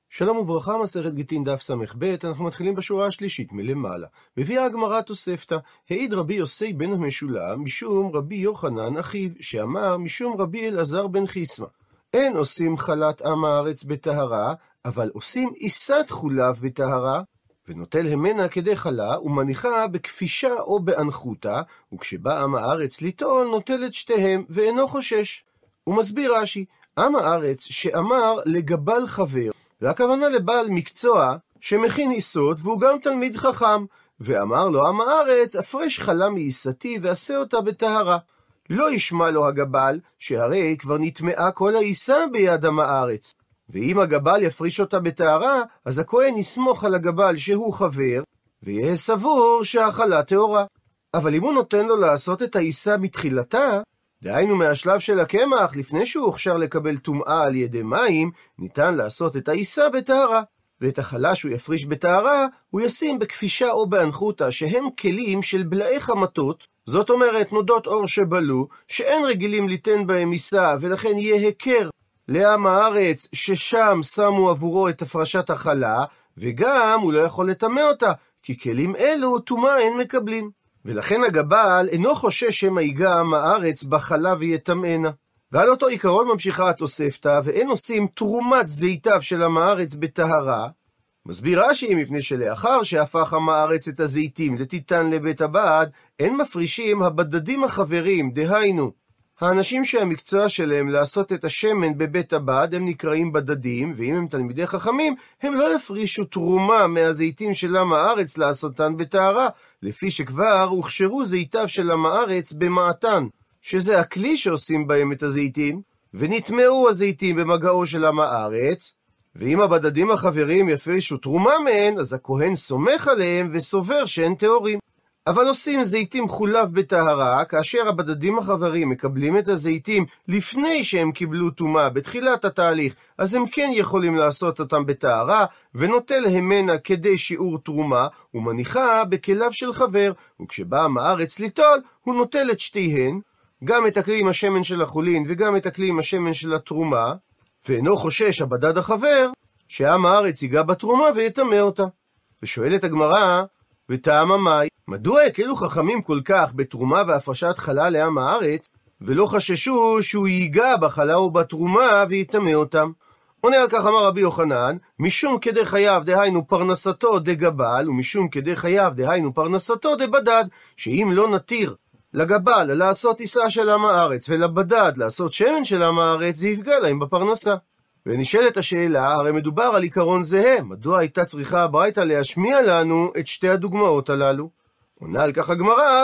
שלום וברכה, מסכת גיטין דף ס"ב, אנחנו מתחילים בשורה השלישית מלמעלה. מביאה הגמרא תוספתא, העיד רבי יוסי בן המשולם משום רבי יוחנן אחיו, שאמר משום רבי אלעזר בן חיסמא, אין עושים חלת עם הארץ בטהרה, אבל עושים עיסת חולב בטהרה, ונוטל המנה כדי חלה, ומניחה בכפישה או באנחותה, וכשבא עם הארץ ליטול נוטל את שתיהם, ואינו חושש. הוא מסביר רש"י, עם הארץ שאמר לגבל חבר, והכוונה לבעל מקצוע שמכין עיסות והוא גם תלמיד חכם, ואמר לו עם הארץ, הפרש חלה מעיסתי ועשה אותה בטהרה. לא ישמע לו הגבל, שהרי כבר נטמעה כל העיסה ביד עם הארץ, ואם הגבל יפריש אותה בטהרה, אז הכהן יסמוך על הגבל שהוא חבר, ויהיה סבור שהחלה טהורה. אבל אם הוא נותן לו לעשות את העיסה מתחילתה, דהיינו מהשלב של הקמח, לפני שהוא הוכשר לקבל טומאה על ידי מים, ניתן לעשות את העיסה בטהרה. ואת החלה שהוא יפריש בטהרה, הוא ישים בכפישה או באנחותה, שהם כלים של בלעי חמתות, זאת אומרת נודות אור שבלו, שאין רגילים ליתן בהם עיסה, ולכן יהיה היכר לעם הארץ ששם שמו עבורו את הפרשת החלה, וגם הוא לא יכול לטמא אותה, כי כלים אלו טומאה אין מקבלים. ולכן הגבל אינו חושש שמא ייגע עם הארץ בחלה ויטמאנה. ועל אותו עיקרון ממשיכה התוספתא, ואין עושים תרומת זיתיו של עם הארץ בטהרה. מסביר רש"י, מפני שלאחר שהפך עם הארץ את הזיתים לתיתן לבית הבד, אין מפרישים הבדדים החברים, דהיינו האנשים שהמקצוע שלהם לעשות את השמן בבית הבד, הם נקראים בדדים, ואם הם תלמידי חכמים, הם לא יפרישו תרומה מהזיתים של עם הארץ לעשותן בטהרה, לפי שכבר הוכשרו זיתיו של עם הארץ במעתן, שזה הכלי שעושים בהם את הזיתים, ונטמעו הזיתים במגעו של עם הארץ, ואם הבדדים החברים יפרישו תרומה מהן, אז הכהן סומך עליהם וסובר שהן טהורים. אבל עושים זיתים חולב בטהרה, כאשר הבדדים החברים מקבלים את הזיתים לפני שהם קיבלו טומאה בתחילת התהליך, אז הם כן יכולים לעשות אותם בטהרה, ונוטל המנה כדי שיעור תרומה, ומניחה בכליו של חבר, וכשבא עם הארץ ליטול, הוא נוטל את שתיהן, גם את הכלי עם השמן של החולין וגם את הכלי עם השמן של התרומה, ואינו חושש הבדד החבר שעם הארץ ייגע בתרומה ויטמא אותה. ושואלת הגמרא, וטעם המאי, מדוע הקלו חכמים כל כך בתרומה והפרשת חלה לעם הארץ, ולא חששו שהוא ייגע בחלה ובתרומה ויטמא אותם? עונה על כך אמר רבי יוחנן, משום כדי חייו דהיינו פרנסתו דגבל, ומשום כדי חייו דהיינו פרנסתו דבדד, שאם לא נתיר לגבל לעשות עיסה של עם הארץ, ולבדד לעשות שמן של עם הארץ, זה יפגע להם בפרנסה. ונשאלת השאלה, הרי מדובר על עיקרון זהה, מדוע הייתה צריכה הברייתא להשמיע לנו את שתי הדוגמאות הללו? עונה על כך הגמרא,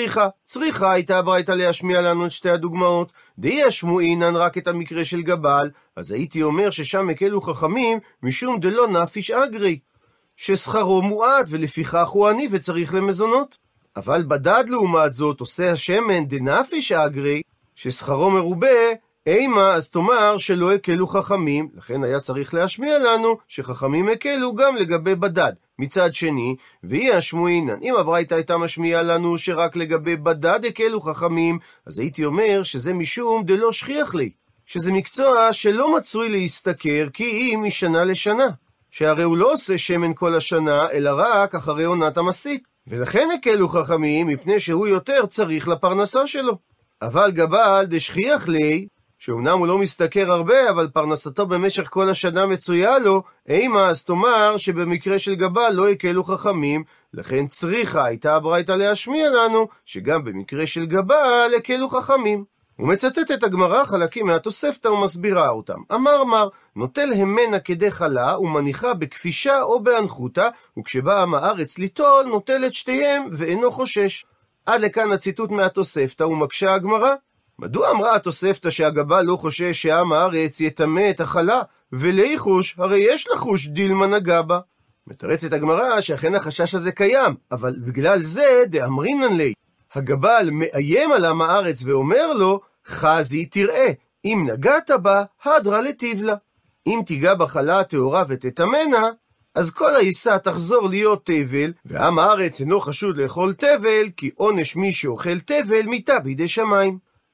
צריכה הייתה הברייתא להשמיע לנו את שתי הדוגמאות, דהי השמועינן רק את המקרה של גבל, אז הייתי אומר ששם הקלו חכמים משום דלא נפיש אגרי, ששכרו מועט ולפיכך הוא עני וצריך למזונות. אבל בדד לעומת זאת עושה השמן דנפיש אגרי, ששכרו מרובה, אימה, אז תאמר שלא הקלו חכמים, לכן היה צריך להשמיע לנו שחכמים הקלו גם לגבי בדד. מצד שני, והיא השמועינן, אם הברייתא הייתה משמיעה לנו שרק לגבי בדד הקלו חכמים, אז הייתי אומר שזה משום דלא שכיח לי, שזה מקצוע שלא מצוי להסתכר כי אם משנה לשנה, שהרי הוא לא עושה שמן כל השנה, אלא רק אחרי עונת המסית, ולכן הקלו חכמים מפני שהוא יותר צריך לפרנסה שלו. אבל גבל דשכיח לי, שאומנם הוא לא מסתכר הרבה, אבל פרנסתו במשך כל השנה מצויה לו, אימה, אז תאמר שבמקרה של גבל לא הקלו חכמים, לכן צריכה הייתה הברייתא להשמיע לנו שגם במקרה של גבל הקלו חכמים. הוא מצטט את הגמרא חלקים מהתוספתא ומסבירה אותם. אמר מר, נוטל המנה כדי חלה ומניחה בכפישה או באנחותה, וכשבא עם הארץ ליטול נוטל את שתיהם ואינו חושש. עד לכאן הציטוט מהתוספתא, ומקשה הגמרא, מדוע אמרה התוספתא שהגבל לא חושש שעם הארץ יטמא את החלה, וליחוש, הרי יש לחוש דילמה נגע בה? מתרצת הגמרא שאכן החשש הזה קיים, אבל בגלל זה דאמרינן לי, הגבל מאיים על עם הארץ ואומר לו, חזי תראה, אם נגעת בה, הדרה לטיבלה. אם תיגע בחלה הטהורה ותטמנה, אז כל העיסה תחזור להיות תבל, ועם הארץ אינו חשוד לאכול תבל, כי עונש מי שאוכל תבל מיתה בידי שמיים.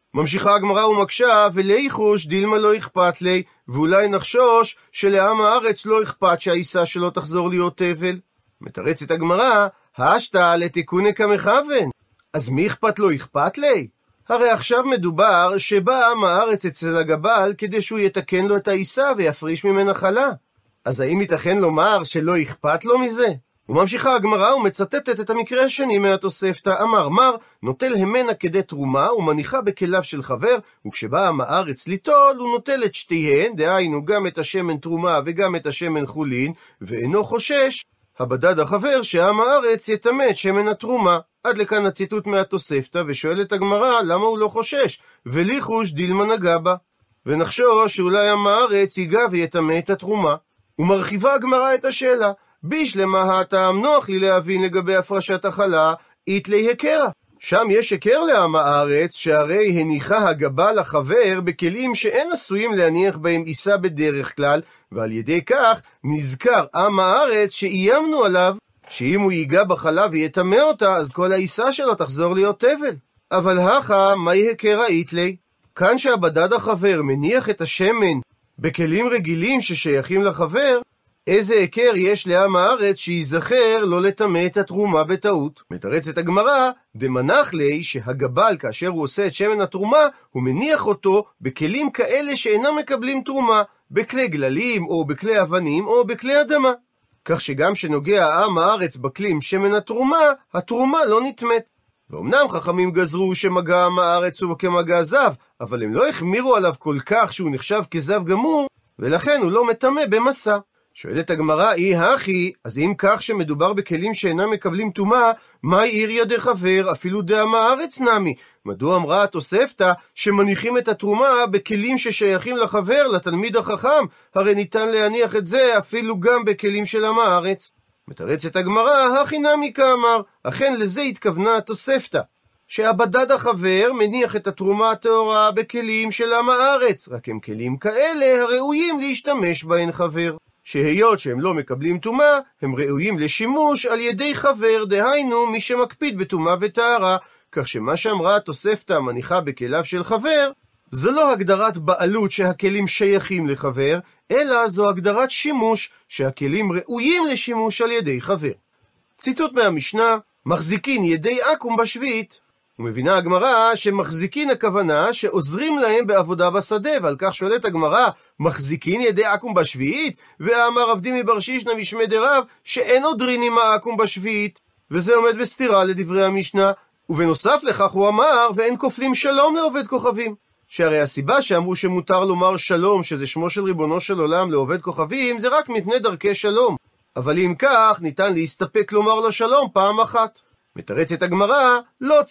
ממשיכה הגמרא ומקשה, וליחוש דילמה לא אכפת לי, ואולי נחשוש שלעם הארץ לא אכפת שהעיסה שלו תחזור להיות תבל. מתרצת הגמרא, השתא לתיקוני כמכוון. אז מי אכפת לו אכפת לי? הרי עכשיו מדובר שבא עם הארץ אצל הגבל כדי שהוא יתקן לו את העיסה ויפריש ממנה חלה. אז האם ייתכן לומר שלא אכפת לו מזה? וממשיכה הגמרא ומצטטת את המקרה השני מהתוספתא, אמר מר, נוטל המנה כדי תרומה ומניחה בכליו של חבר, וכשבא עם הארץ ליטול הוא נוטל את שתיהן, דהיינו גם את השמן תרומה וגם את השמן חולין, ואינו חושש הבדד החבר שעם הארץ יטמא את שמן התרומה. עד לכאן הציטוט מהתוספתא, ושואלת הגמרא למה הוא לא חושש, וליחוש דילמה נגע בה, ונחשוש שאולי עם הארץ ייגע ויטמא את התרומה. ומרחיבה הגמרא את השאלה, בשלמה הטעם נוח לי להבין לגבי הפרשת החלה, איתלי הקרה. שם יש הקר לעם הארץ, שהרי הניחה הגבל החבר בכלים שאין עשויים להניח בהם עיסה בדרך כלל, ועל ידי כך נזכר עם הארץ שאיימנו עליו, שאם הוא ייגע בחלה ויטמא אותה, אז כל העיסה שלו תחזור להיות תבל. אבל הכה, מהי הקרה איתלי? כאן שהבדד החבר מניח את השמן בכלים רגילים ששייכים לחבר, איזה עיקר יש לעם הארץ שיזכר לא לטמא את התרומה בטעות? מתרצת הגמרא, דמנח לי שהגבל כאשר הוא עושה את שמן התרומה, הוא מניח אותו בכלים כאלה שאינם מקבלים תרומה, בכלי גללים או בכלי אבנים או בכלי אדמה. כך שגם שנוגע עם הארץ בכלים שמן התרומה, התרומה לא נטמאת. ואומנם חכמים גזרו שמגע עם הארץ הוא כמגע זב, אבל הם לא החמירו עליו כל כך שהוא נחשב כזב גמור, ולכן הוא לא מטמא במסע. שואלת הגמרא, הכי, אז אם כך שמדובר בכלים שאינם מקבלים טומאה, מה עיריה דחבר, אפילו דעם הארץ נמי? מדוע אמרה התוספתא שמניחים את התרומה בכלים ששייכים לחבר, לתלמיד החכם? הרי ניתן להניח את זה אפילו גם בכלים של עם הארץ. מתרצת הגמרא, הכי נמי כאמר, אכן לזה התכוונה התוספתא, שהבדד החבר מניח את התרומה הטהורה בכלים של עם הארץ, רק הם כלים כאלה הראויים להשתמש בהן חבר. שהיות שהם לא מקבלים טומאה, הם ראויים לשימוש על ידי חבר, דהיינו מי שמקפיד בטומאה וטהרה, כך שמה שאמרה התוספתא מניחה בכליו של חבר, זו לא הגדרת בעלות שהכלים שייכים לחבר, אלא זו הגדרת שימוש שהכלים ראויים לשימוש על ידי חבר. ציטוט מהמשנה, מחזיקין ידי עכו"ם בשביעית. ומבינה הגמרא שמחזיקין הכוונה שעוזרים להם בעבודה בשדה, ועל כך שואלת הגמרא, מחזיקין ידי עכו"ם בשביעית? ואמר רב דימי בר שישנא משמי דרב שאין עודרין עם העכו"ם בשביעית, וזה עומד בסתירה לדברי המשנה. ובנוסף לכך הוא אמר, ואין כופלים שלום לעובד כוכבים. שהרי הסיבה שאמרו שמותר לומר שלום, שזה שמו של ריבונו של עולם, לעובד כוכבים, זה רק מפני דרכי שלום. אבל אם כך, ניתן להסתפק לומר לו שלום פעם אחת. מתרצת הגמרא,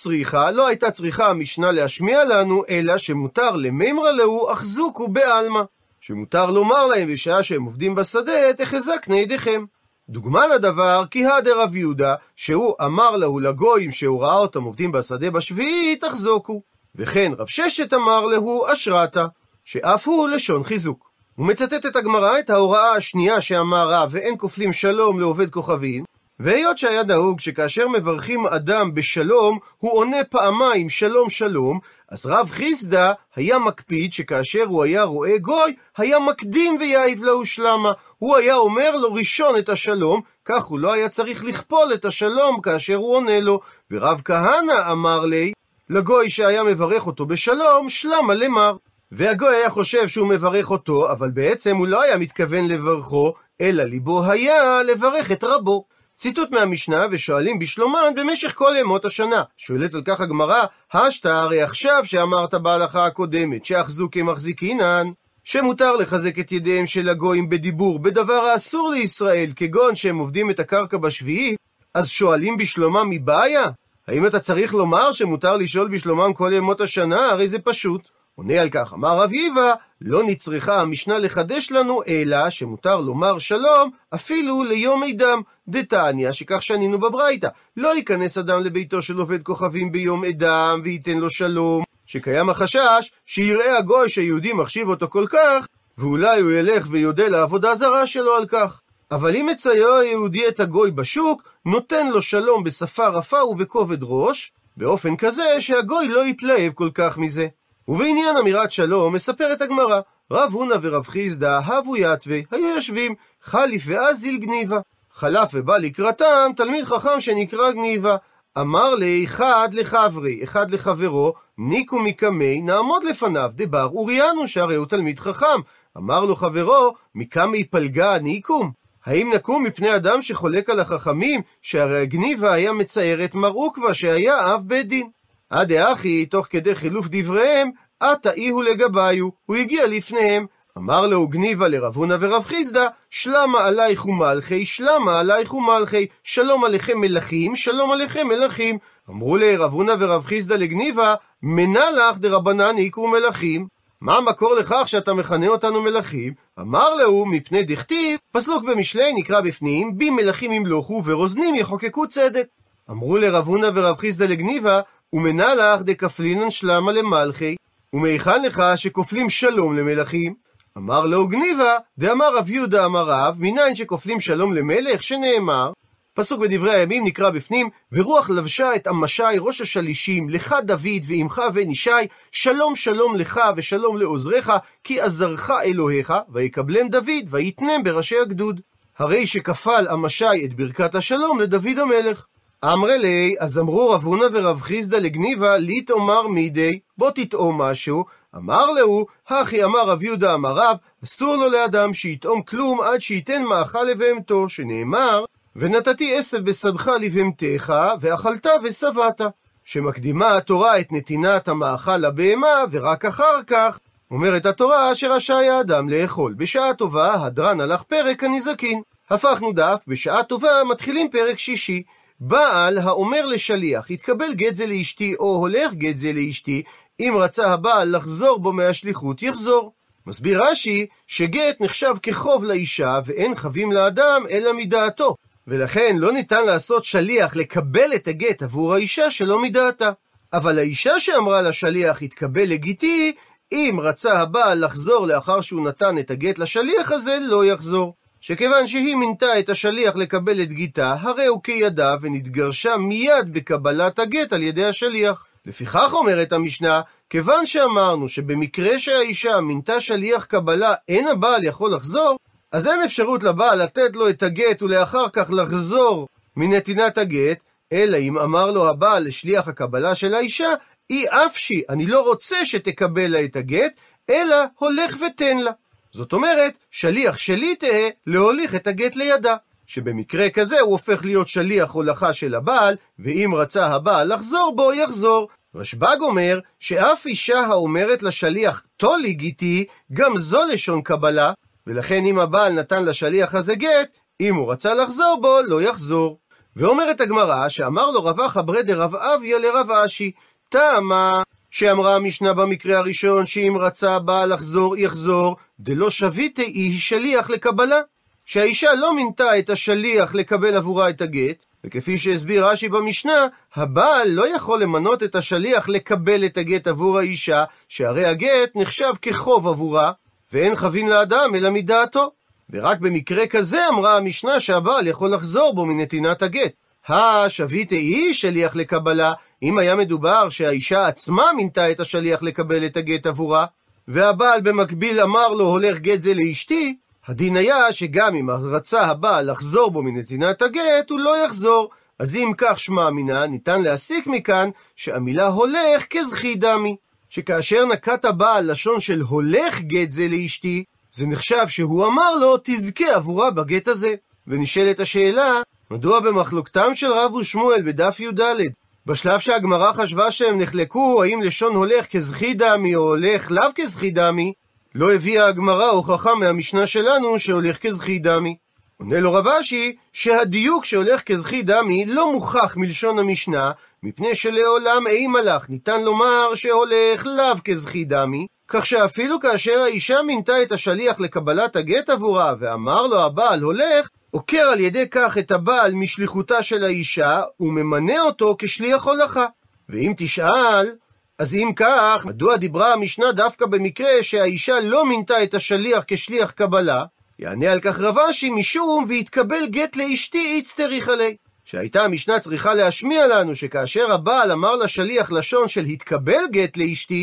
לא הייתה צריכה המשנה להשמיע לנו, אלא שמותר למימרא להו אחזוקו בעלמא, שמותר לומר להם בשעה שהם עובדים בשדה, תחזקנה ידיכם. דוגמה לדבר, כי דרב יהודה, שהוא אמר להו לגויים שהוא ראה אותם עובדים בשדה בשביעית, תחזוקו. וכן רב ששת אמר להו אשרתה, שאף הוא לשון חיזוק. הוא מצטט את הגמרא את ההוראה השנייה שאמר רב, ואין כופלים שלום לעובד כוכבים, והיות שהיה נהוג שכאשר מברכים אדם בשלום, הוא עונה פעמיים שלום שלום, אז רב חיסדא היה מקפיד שכאשר הוא היה רואה גוי, היה מקדים ויעיב לו שלמה. הוא היה אומר לו ראשון את השלום, כך הוא לא היה צריך לכפול את השלום כאשר הוא עונה לו. ורב כהנא אמר לי, לגוי שהיה מברך אותו בשלום, שלמה למר. והגוי היה חושב שהוא מברך אותו, אבל בעצם הוא לא היה מתכוון לברכו, אלא ליבו היה לברך את רבו. ציטוט מהמשנה, ושואלים בשלומן במשך כל ימות השנה. שואלת על כך הגמרא, השתא הרי עכשיו שאמרת בהלכה הקודמת, שאחזוקי מחזיקינן, שמותר לחזק את ידיהם של הגויים בדיבור, בדבר האסור לישראל, כגון שהם עובדים את הקרקע בשביעית, אז שואלים בשלומם מבעיה? האם אתה צריך לומר שמותר לשאול בשלומם כל ימות השנה? הרי זה פשוט. עונה על כך, אמר רב יבא, לא נצריכה המשנה לחדש לנו, אלא שמותר לומר שלום אפילו ליום אדם. דתניא, שכך שנינו בברייתא, לא ייכנס אדם לביתו של עובד כוכבים ביום אדם וייתן לו שלום, שקיים החשש שיראה הגוי שהיהודי מחשיב אותו כל כך, ואולי הוא ילך ויודה לעבודה זרה שלו על כך. אבל אם מצייר היהודי את הגוי בשוק, נותן לו שלום בשפה רפה ובכובד ראש, באופן כזה שהגוי לא יתלהב כל כך מזה. ובעניין אמירת שלום מספרת הגמרא, רב הונא ורב חיסדא הבו יתווה, היו יושבים, חליף ואזיל גניבה. חלף ובא לקראתם תלמיד חכם שנקרא גניבה. אמר לי אחד לחברי, אחד לחברו, ניקו מקמי, נעמוד לפניו, דבר אוריינו, שהרי הוא תלמיד חכם. אמר לו חברו, מקמי פלגה ניקום? האם נקום מפני אדם שחולק על החכמים, שהרי הגניבה היה מצייר את מר עוקבא שהיה אב בית דין. עד האחי, תוך כדי חילוף דבריהם, עתה איהו לגביו, הוא הגיע לפניהם. אמר לו גניבה לרב הונא ורב חיסדא, שלמה עלייך ומלכי, שלמה עלייך ומלכי, שלום עליכם מלכים, שלום עליכם מלכים. אמרו לרב הונא ורב חיסדא לגניבה, מנה לך דרבנן יקרו מלכים. מה המקור לכך שאתה מכנה אותנו מלכים? אמר לו, מפני דכתיב, פסוק במשלי נקרא בפנים, בי מלכים ימלוכו ורוזנים יחוקקו צדק. אמרו לרב הונא ורב חיסדא לגניבה, ומנה לך דכפלינן שלמה למלכי, ומהיכן לך שכופלים שלום למלכים? אמר לו גניבה, ואמר רב יהודה אמר רב, מניין שכופלים שלום למלך, שנאמר, פסוק בדברי הימים נקרא בפנים, ורוח לבשה את עמשי ראש השלישים, לך דוד ועמך בן ישי, שלום שלום לך ושלום לעוזריך, כי עזרך אלוהיך, ויקבלם דוד ויתנם בראשי הגדוד. הרי שכפל עמשי את ברכת השלום לדוד המלך. אמרי לי, אז אמרו רב הונא ורב חיסדא לגניבה, לי תאמר מידי, בוא תטעום משהו. אמר לו, הכי אמר רב יהודה אמר רב, אסור לו לאדם שיטעום כלום עד שייתן מאכל לבהמתו, שנאמר, ונתתי עשב בשדך לבהמתך, ואכלת ושבעת. שמקדימה התורה את נתינת המאכל לבהמה, ורק אחר כך אומרת התורה שרשאי האדם לאכול. בשעה טובה הדרן הלך פרק הנזקין. הפכנו דף, בשעה טובה מתחילים פרק שישי. בעל האומר לשליח, התקבל גט זה לאשתי, או הולך גט זה לאשתי, אם רצה הבעל לחזור בו מהשליחות, יחזור. מסביר רש"י שגט נחשב כחוב לאישה, ואין חבים לאדם אלא מדעתו, ולכן לא ניתן לעשות שליח לקבל את הגט עבור האישה שלא מדעתה. אבל האישה שאמרה לשליח התקבל לגיטי, אם רצה הבעל לחזור לאחר שהוא נתן את הגט לשליח הזה, לא יחזור. שכיוון שהיא מינתה את השליח לקבל את גיתה, הרי הוא כידה ונתגרשה מיד בקבלת הגט על ידי השליח. לפיכך אומרת המשנה, כיוון שאמרנו שבמקרה שהאישה מינתה שליח קבלה אין הבעל יכול לחזור, אז אין אפשרות לבעל לתת לו את הגט ולאחר כך לחזור מנתינת הגט, אלא אם אמר לו הבעל לשליח הקבלה של האישה, אי אפשי, אני לא רוצה שתקבל לה את הגט, אלא הולך ותן לה. זאת אומרת, שליח שלי תהא להוליך את הגט לידה, שבמקרה כזה הוא הופך להיות שליח הולכה של הבעל, ואם רצה הבעל לחזור בו, יחזור. רשב"ג אומר שאף אישה האומרת לשליח תולי גיטי, גם זו לשון קבלה, ולכן אם הבעל נתן לשליח הזה גט, אם הוא רצה לחזור בו, לא יחזור. ואומרת הגמרא שאמר לו רב אחא ברי דרב אביה לרב אשי, טעמה שאמרה המשנה במקרה הראשון שאם רצה הבעל לחזור יחזור, דלא שביתי היא שליח לקבלה, שהאישה לא מינתה את השליח לקבל עבורה את הגט, וכפי שהסביר רש"י במשנה, הבעל לא יכול למנות את השליח לקבל את הגט עבור האישה, שהרי הגט נחשב כחוב עבורה, ואין חבין לאדם אלא מדעתו. ורק במקרה כזה אמרה המשנה שהבעל יכול לחזור בו מנתינת הגט. שביתי היא שליח לקבלה, אם היה מדובר שהאישה עצמה מינתה את השליח לקבל את הגט עבורה, והבעל במקביל אמר לו הולך גט זה לאשתי, הדין היה שגם אם רצה הבעל לחזור בו מנתינת הגט, הוא לא יחזור. אז אם כך שמע מינה, ניתן להסיק מכאן שהמילה הולך כזכי דמי, שכאשר נקט הבעל לשון של הולך גט זה לאשתי, זה נחשב שהוא אמר לו תזכה עבורה בגט הזה. ונשאלת השאלה, מדוע במחלוקתם של רב ושמואל בדף י"ד, בשלב שהגמרא חשבה שהם נחלקו האם לשון הולך כזכי דמי או הולך לאו כזכי דמי, לא הביאה הגמרא הוכחה מהמשנה שלנו שהולך כזכי דמי. עונה לו רב אשי שהדיוק שהולך כזכי דמי לא מוכח מלשון המשנה, מפני שלעולם אי מלאך ניתן לומר שהולך לאו כזכי דמי, כך שאפילו כאשר האישה מינתה את השליח לקבלת הגט עבורה ואמר לו הבעל הולך, עוקר על ידי כך את הבעל משליחותה של האישה וממנה אותו כשליח הולכה. ואם תשאל, אז אם כך, מדוע דיברה המשנה דווקא במקרה שהאישה לא מינתה את השליח כשליח קבלה? יענה על כך רב אשי משום והתקבל גט לאשתי איצטריך עלי, שהייתה המשנה צריכה להשמיע לנו שכאשר הבעל אמר לשליח לשון של התקבל גט לאשתי,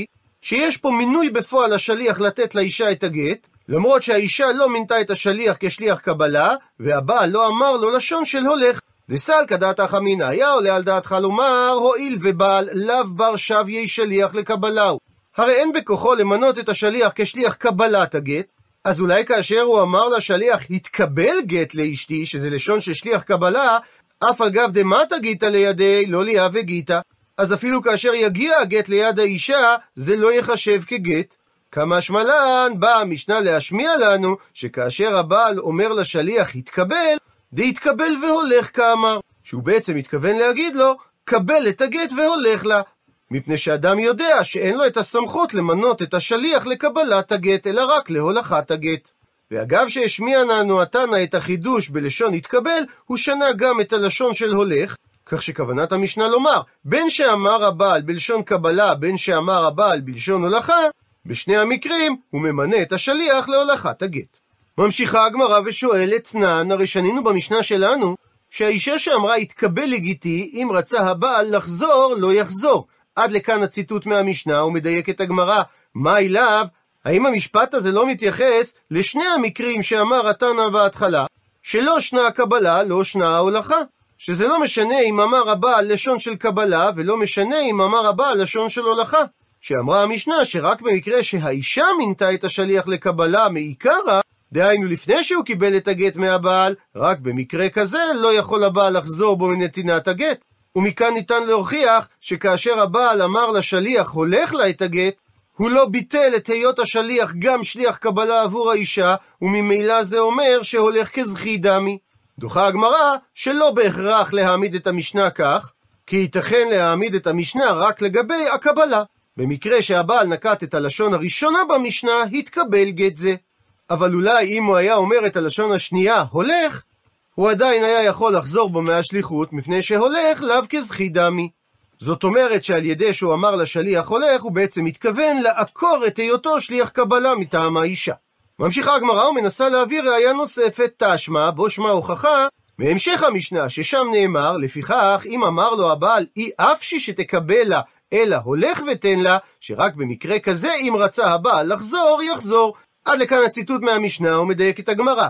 שיש פה מינוי בפועל השליח לתת לאישה את הגט, למרות שהאישה לא מינתה את השליח כשליח קבלה, והבעל לא אמר לו לשון של הולך. דסל כדעת החמינא, היה עולה על דעתך לומר, הואיל ובעל לאו בר שביה שליח לקבלהו. הרי אין בכוחו למנות את השליח כשליח קבלת הגט, אז אולי כאשר הוא אמר לשליח, התקבל גט לאשתי, שזה לשון של שליח קבלה, אף אגב דמטה גיטה לידי, לא ליה וגיטה. אז אפילו כאשר יגיע הגט ליד האישה, זה לא יחשב כגט. כמה שמלן באה המשנה להשמיע לנו, שכאשר הבעל אומר לשליח, התקבל, דהתקבל והולך כאמר. שהוא בעצם מתכוון להגיד לו, קבל את הגט והולך לה. מפני שאדם יודע שאין לו את הסמכות למנות את השליח לקבלת הגט, אלא רק להולכת הגט. ואגב שהשמיע לנו התנא את החידוש בלשון התקבל, הוא שנה גם את הלשון של הולך, כך שכוונת המשנה לומר, בין שאמר הבעל בלשון קבלה, בין שאמר הבעל בלשון הולכה, בשני המקרים הוא ממנה את השליח להולכת הגט. ממשיכה הגמרא ושואלת תנן, הרי שנינו במשנה שלנו, שהאישה שאמרה התקבל לגיטי, אם רצה הבעל לחזור, לא יחזור. עד לכאן הציטוט מהמשנה, ומדייק את הגמרא, מה אליו? האם המשפט הזה לא מתייחס לשני המקרים שאמר התנא בהתחלה, שלא שנה הקבלה, לא שנה ההולכה? שזה לא משנה אם אמר הבעל לשון של קבלה, ולא משנה אם אמר הבעל לשון של הולכה. שאמרה המשנה שרק במקרה שהאישה מינתה את השליח לקבלה מעיקרה, דהיינו לפני שהוא קיבל את הגט מהבעל, רק במקרה כזה לא יכול הבעל לחזור בו מנתינת הגט. ומכאן ניתן להוכיח שכאשר הבעל אמר לשליח הולך לה את הגט, הוא לא ביטל את היות השליח גם שליח קבלה עבור האישה, וממילא זה אומר שהולך כזכי דמי. דוחה הגמרא שלא בהכרח להעמיד את המשנה כך, כי ייתכן להעמיד את המשנה רק לגבי הקבלה. במקרה שהבעל נקט את הלשון הראשונה במשנה, התקבל גט זה. אבל אולי אם הוא היה אומר את הלשון השנייה, הולך, הוא עדיין היה יכול לחזור בו מהשליחות, מפני שהולך לאו כזכי דמי. זאת אומרת שעל ידי שהוא אמר לשליח הולך, הוא בעצם מתכוון לעקור את היותו שליח קבלה מטעם האישה. ממשיכה הגמרא ומנסה להביא ראיה נוספת, תשמע, בו שמע הוכחה, מהמשך המשנה, ששם נאמר, לפיכך, אם אמר לו הבעל, אי אפשי שתקבל לה, אלא הולך ותן לה, שרק במקרה כזה, אם רצה הבעל לחזור, יחזור. עד לכאן הציטוט מהמשנה, ומדייק את הגמרא.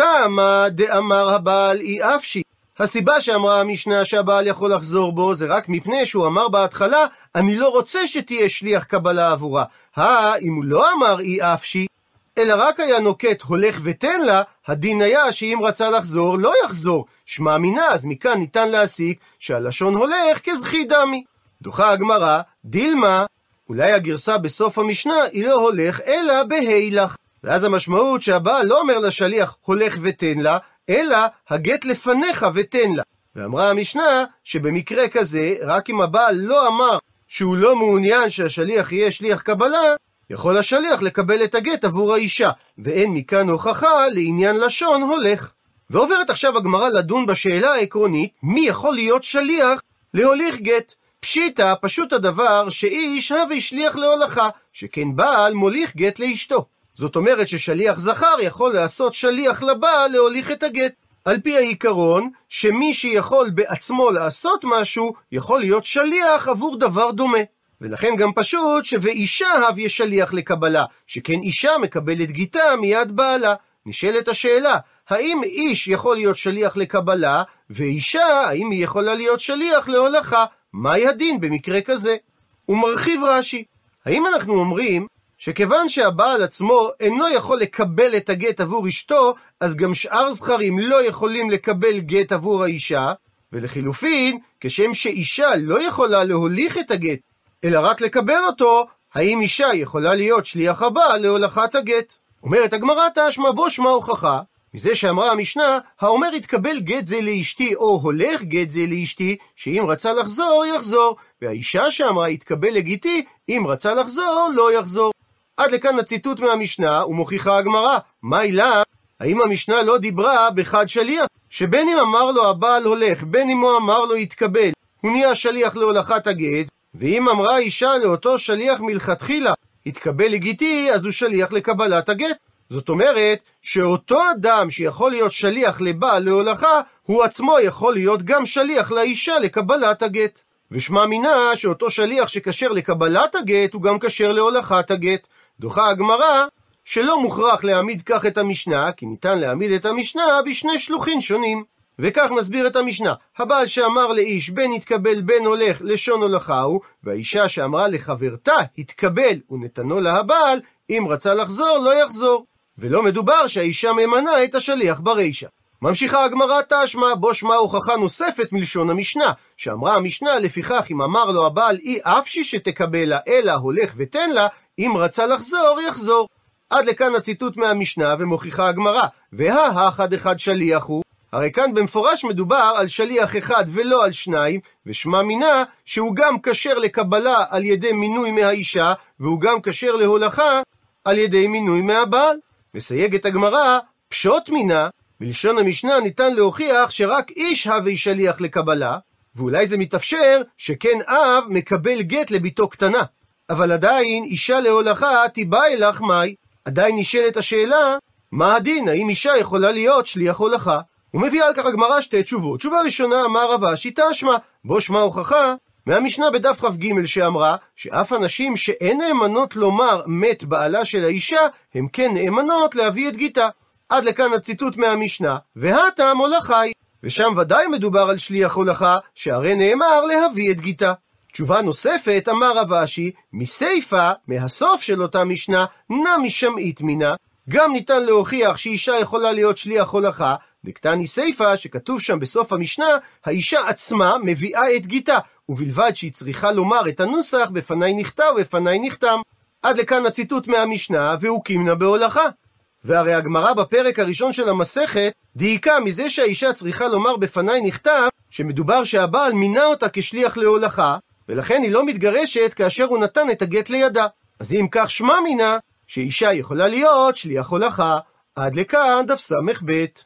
תמה דאמר הבעל אי אפשי. הסיבה שאמרה המשנה שהבעל יכול לחזור בו, זה רק מפני שהוא אמר בהתחלה, אני לא רוצה שתהיה שליח קבלה עבורה. אם הוא לא אמר אי אפשי, אלא רק היה נוקט הולך ותן לה, הדין היה שאם רצה לחזור, לא יחזור. שמע מינה, אז מכאן ניתן להסיק שהלשון הולך כזכי דמי. דוחה הגמרא, דילמה, אולי הגרסה בסוף המשנה היא לא הולך, אלא בהילך. ואז המשמעות שהבעל לא אומר לשליח הולך ותן לה, אלא הגט לפניך ותן לה. ואמרה המשנה שבמקרה כזה, רק אם הבעל לא אמר שהוא לא מעוניין שהשליח יהיה שליח קבלה, יכול השליח לקבל את הגט עבור האישה, ואין מכאן הוכחה לעניין לשון הולך. ועוברת עכשיו הגמרא לדון בשאלה העקרונית, מי יכול להיות שליח להוליך גט? פשיטה, פשוט הדבר שאיש הווה שליח להולכה, שכן בעל מוליך גט לאשתו. זאת אומרת ששליח זכר יכול לעשות שליח לבעל להוליך את הגט. על פי העיקרון שמי שיכול בעצמו לעשות משהו, יכול להיות שליח עבור דבר דומה. ולכן גם פשוט שבאישה הווה שליח לקבלה, שכן אישה מקבלת גיטה מיד בעלה. נשאלת השאלה, האם איש יכול להיות שליח לקבלה, ואישה, האם היא יכולה להיות שליח להולכה? מהי הדין במקרה כזה? הוא מרחיב רש"י. האם אנחנו אומרים שכיוון שהבעל עצמו אינו יכול לקבל את הגט עבור אשתו, אז גם שאר זכרים לא יכולים לקבל גט עבור האישה, ולחילופין, כשם שאישה לא יכולה להוליך את הגט, אלא רק לקבל אותו, האם אישה יכולה להיות שליח הבעל להולכת הגט? אומרת הגמרא, תשמע בו שמע הוכחה, מזה שאמרה המשנה, האומר יתקבל גט זה לאשתי, או הולך גט זה לאשתי, שאם רצה לחזור, יחזור, והאישה שאמרה יתקבל לגיטי, אם רצה לחזור, לא יחזור. עד לכאן הציטוט מהמשנה, ומוכיחה הגמרא, מה אליו? האם המשנה לא דיברה בחד שליח? שבין אם אמר לו הבעל הולך, בין אם הוא אמר לו יתקבל, הוא נהיה שליח להולכת הגט, ואם אמרה אישה לאותו שליח מלכתחילה, יתקבל לגיטי, אז הוא שליח לקבלת הגט. זאת אומרת, שאותו אדם שיכול להיות שליח לבעל להולכה, הוא עצמו יכול להיות גם שליח לאישה לקבלת הגט. ושמע מינה שאותו שליח שכשר לקבלת הגט הוא גם כשר להולכת הגט. דוחה הגמרא שלא מוכרח להעמיד כך את המשנה, כי ניתן להעמיד את המשנה בשני שלוחין שונים. וכך נסביר את המשנה. הבעל שאמר לאיש בן יתקבל בן הולך לשון הולכה הוא, והאישה שאמרה לחברתה התקבל ונתנו לה הבעל, אם רצה לחזור לא יחזור. ולא מדובר שהאישה ממנה את השליח ברישה. ממשיכה הגמרא תשמע, בו שמע הוכחה נוספת מלשון המשנה, שאמרה המשנה לפיכך אם אמר לו הבעל אי אפשי שתקבל לה, אלא הולך ותן לה, אם רצה לחזור יחזור. עד לכאן הציטוט מהמשנה, ומוכיחה הגמרא והאחד אחד שליח הוא. הרי כאן במפורש מדובר על שליח אחד ולא על שניים, ושמע מינה שהוא גם כשר לקבלה על ידי מינוי מהאישה, והוא גם כשר להולכה על ידי מינוי מהבעל. מסייגת הגמרא, פשוט מינה, בלשון המשנה ניתן להוכיח שרק איש הווי שליח לקבלה, ואולי זה מתאפשר שכן אב מקבל גט לביתו קטנה. אבל עדיין אישה להולכה תיבא אלך מאי. עדיין נשאלת השאלה, מה הדין? האם אישה יכולה להיות שליח הולכה? הוא מביא על כך הגמרא שתי תשובות. תשובה ראשונה, אמר רב אשי תשמע, בו שמע הוכחה מהמשנה בדף כ"ג שאמרה שאף הנשים שאין נאמנות לומר מת בעלה של האישה, הם כן נאמנות להביא את גיתה. עד לכאן הציטוט מהמשנה, והטעם הולכי, ושם ודאי מדובר על שליח הולכה, שהרי נאמר להביא את גיתה. תשובה נוספת, אמר רב אשי, מסיפה, מהסוף של אותה משנה, נמי שמעית מינה, גם ניתן להוכיח שאישה יכולה להיות שליח הולכה, דקתני סיפה, שכתוב שם בסוף המשנה, האישה עצמה מביאה את גיתה, ובלבד שהיא צריכה לומר את הנוסח, בפני נכתב ובפני נחתם. עד לכאן הציטוט מהמשנה, והוא קימנה בהולכה. והרי הגמרא בפרק הראשון של המסכת דייקה מזה שהאישה צריכה לומר בפני נכתב שמדובר שהבעל מינה אותה כשליח להולכה, ולכן היא לא מתגרשת כאשר הוא נתן את הגט לידה. אז אם כך שמע מינה שאישה יכולה להיות שליח הולכה. עד לכאן דף סמך ב'.